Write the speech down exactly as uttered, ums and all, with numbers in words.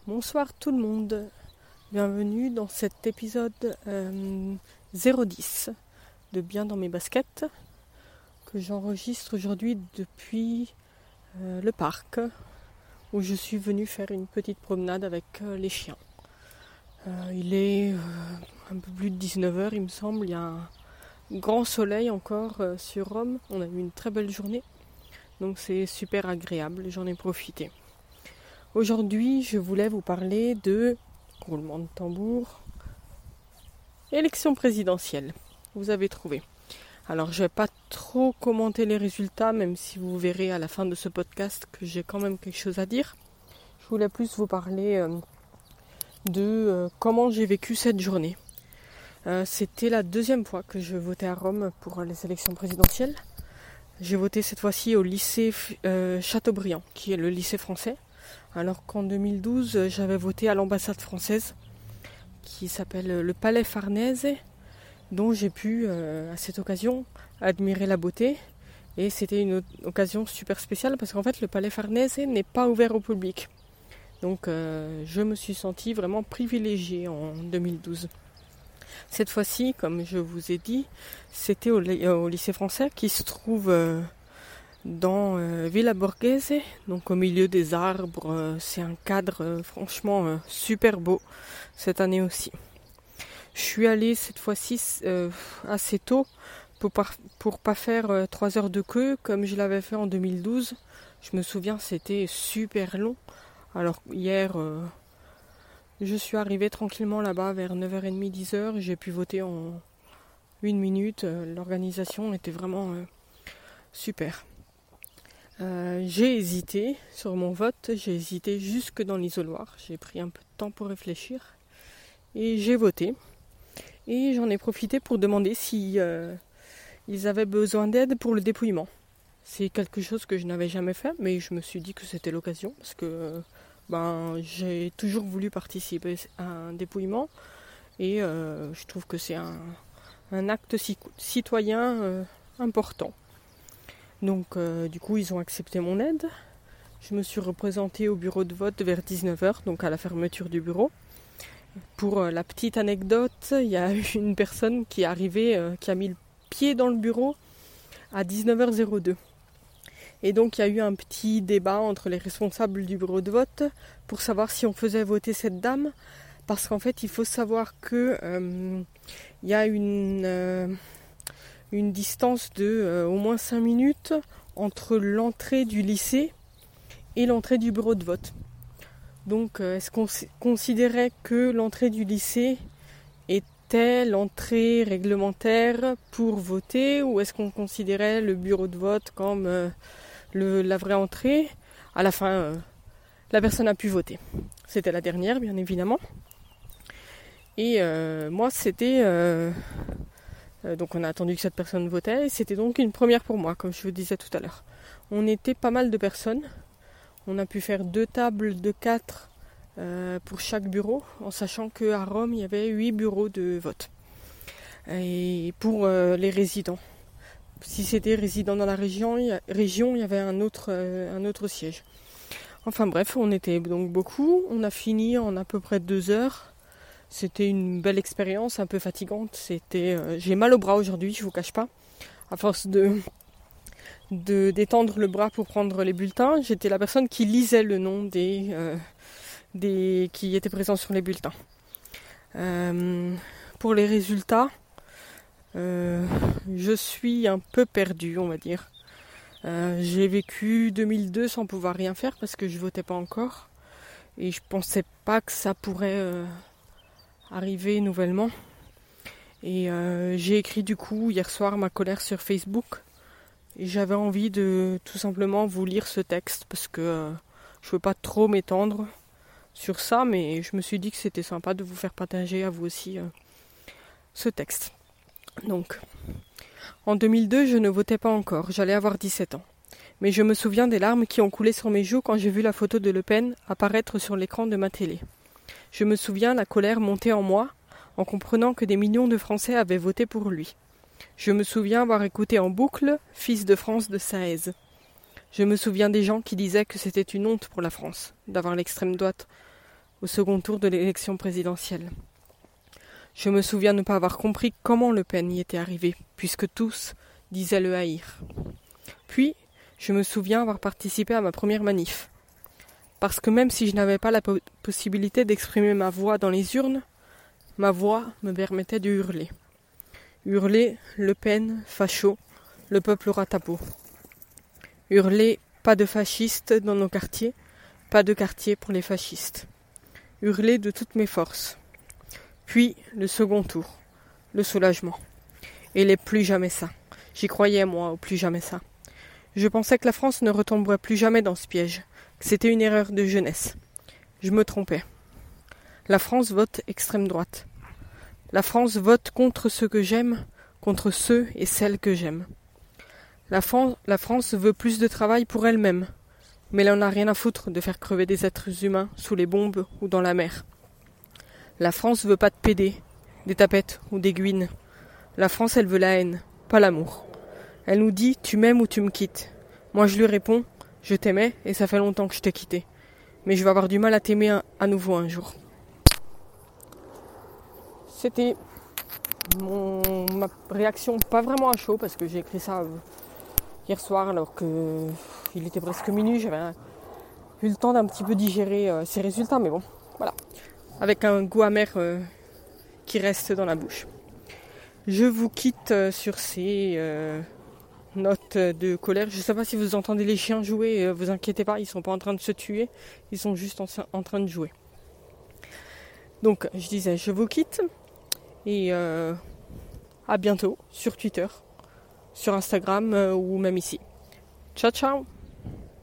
Bonsoir tout le monde, bienvenue dans cet épisode euh, zéro dix de Bien dans mes baskets que j'enregistre aujourd'hui depuis euh, le parc où je suis venue faire une petite promenade avec euh, les chiens. Euh, il est euh, un peu plus de dix-neuf heures il me semble, il y a un grand soleil encore euh, sur Rome, on a eu une très belle journée, donc c'est super agréable, j'en ai profité. Aujourd'hui, je voulais vous parler de roulement de tambour, élection présidentielle. Vous avez trouvé. Alors, je ne vais pas trop commenter les résultats, même si vous verrez à la fin de ce podcast que j'ai quand même quelque chose à dire. Je voulais plus vous parler euh, de euh, comment j'ai vécu cette journée. Euh, c'était la deuxième fois que je votais à Rome pour les élections présidentielles. J'ai voté cette fois-ci au lycée euh, Chateaubriand, qui est le lycée français. Alors qu'en deux mille douze, j'avais voté à l'ambassade française qui s'appelle le Palais Farnèse, dont j'ai pu, euh, à cette occasion, admirer la beauté. Et c'était une occasion super spéciale parce qu'en fait, le Palais Farnèse n'est pas ouvert au public. Donc, euh, je me suis sentie vraiment privilégiée en deux mille douze. Cette fois-ci, comme je vous ai dit, c'était au, au lycée français qui se trouve... Euh, dans euh, Villa Borghese, donc au milieu des arbres. Euh, c'est un cadre euh, franchement euh, super beau cette année aussi. Je suis allée cette fois-ci euh, assez tôt pour pas, pour pas faire euh, trois heures de queue comme je l'avais fait en deux mille douze. Je me souviens, c'était super long. Alors hier, euh, je suis arrivée tranquillement là-bas vers neuf heures trente, dix heures. J'ai pu voter en une minute. L'organisation était vraiment euh, super. Euh, j'ai hésité sur mon vote, j'ai hésité jusque dans l'isoloir, j'ai pris un peu de temps pour réfléchir et j'ai voté. Et j'en ai profité pour demander si euh, ils avaient besoin d'aide pour le dépouillement. C'est quelque chose que je n'avais jamais fait, mais je me suis dit que c'était l'occasion parce que ben, j'ai toujours voulu participer à un dépouillement et euh, je trouve que c'est un, un acte citoyen euh, important. Donc euh, du coup ils ont accepté mon aide. Je me suis représentée au bureau de vote vers dix-neuf heures, donc à la fermeture du bureau. Pour euh, la petite anecdote, il y a une personne qui est arrivée, euh, qui a mis le pied dans le bureau à dix-neuf heures deux. Et donc il y a eu un petit débat entre les responsables du bureau de vote pour savoir si on faisait voter cette dame. Parce qu'en fait il faut savoir que euh, il y a une... Euh, une distance de euh, au moins cinq minutes entre l'entrée du lycée et l'entrée du bureau de vote. Donc euh, est-ce qu'on considérait que l'entrée du lycée était l'entrée réglementaire pour voter ou est-ce qu'on considérait le bureau de vote comme euh, le, la vraie entrée ? À la fin, euh, la personne a pu voter. C'était la dernière, bien évidemment. Et euh, moi, c'était... Euh, Donc on a attendu que cette personne votait et c'était donc une première pour moi, comme je vous disais tout à l'heure. On était pas mal de personnes. On a pu faire deux tables de quatre euh, pour chaque bureau, en sachant qu'à Rome, il y avait huit bureaux de vote. Et pour euh, les résidents. Si c'était résident dans la région, il y, a, région, il y avait un autre, euh, un autre siège. Enfin bref, on était donc beaucoup. On a fini en à peu près deux heures. C'était une belle expérience, un peu fatigante. C'était, euh, j'ai mal au bras aujourd'hui, je vous cache pas. À force de, de d'étendre le bras pour prendre les bulletins, j'étais la personne qui lisait le nom des, euh, des qui étaient présents sur les bulletins. Euh, pour les résultats, euh, je suis un peu perdue, on va dire. Euh, j'ai vécu deux mille deux sans pouvoir rien faire parce que je votais pas encore et je pensais pas que ça pourrait euh, arrivé nouvellement et euh, j'ai écrit du coup hier soir ma colère sur Facebook et j'avais envie de tout simplement vous lire ce texte parce que euh, je veux pas trop m'étendre sur ça, mais je me suis dit que c'était sympa de vous faire partager à vous aussi euh, ce texte. Donc en deux mille deux je ne votais pas encore, j'allais avoir dix-sept ans, mais je me souviens des larmes qui ont coulé sur mes joues quand j'ai vu la photo de Le Pen apparaître sur l'écran de ma télé. Je me souviens la colère monter en moi en comprenant que des millions de Français avaient voté pour lui. Je me souviens avoir écouté en boucle « Fils de France de Saez ». Je me souviens des gens qui disaient que c'était une honte pour la France d'avoir l'extrême droite au second tour de l'élection présidentielle. Je me souviens ne pas avoir compris comment Le Pen y était arrivé, puisque tous disaient le haïr. Puis, je me souviens avoir participé à ma première manif. Parce que même si je n'avais pas la po- possibilité d'exprimer ma voix dans les urnes, ma voix me permettait de hurler. Hurler Le Pen, facho, le peuple aura ta peau. Hurler pas de fascistes dans nos quartiers, pas de quartier pour les fascistes. Hurler de toutes mes forces. Puis le second tour, le soulagement. Et les plus jamais ça. J'y croyais moi, au plus jamais ça. Je pensais que la France ne retomberait plus jamais dans ce piège, que c'était une erreur de jeunesse. Je me trompais. La France vote extrême droite. La France vote contre ceux que j'aime, contre ceux et celles que j'aime. La, Fran- la France veut plus de travail pour elle-même, mais elle en a rien à foutre de faire crever des êtres humains sous les bombes ou dans la mer. La France veut pas de pédés, des tapettes ou des guines. La France, elle veut la haine, pas l'amour. Elle nous dit « tu m'aimes ou tu me quittes ». Moi je lui réponds « je t'aimais et ça fait longtemps que je t'ai quitté. Mais je vais avoir du mal à t'aimer un, à nouveau un jour ». C'était mon, ma réaction, pas vraiment à chaud, parce que j'ai écrit ça hier soir alors qu'il était presque minuit. J'avais eu le temps d'un petit peu digérer euh, ces résultats, mais bon, voilà. Avec un goût amer euh, qui reste dans la bouche. Je vous quitte euh, sur ces euh, notes de colère. Je ne sais pas si vous entendez les chiens jouer, euh, vous inquiétez pas, ils ne sont pas en train de se tuer, ils sont juste en, en train de jouer. Donc, je disais, je vous quitte et euh, à bientôt sur Twitter, sur Instagram euh, ou même ici. Ciao, ciao!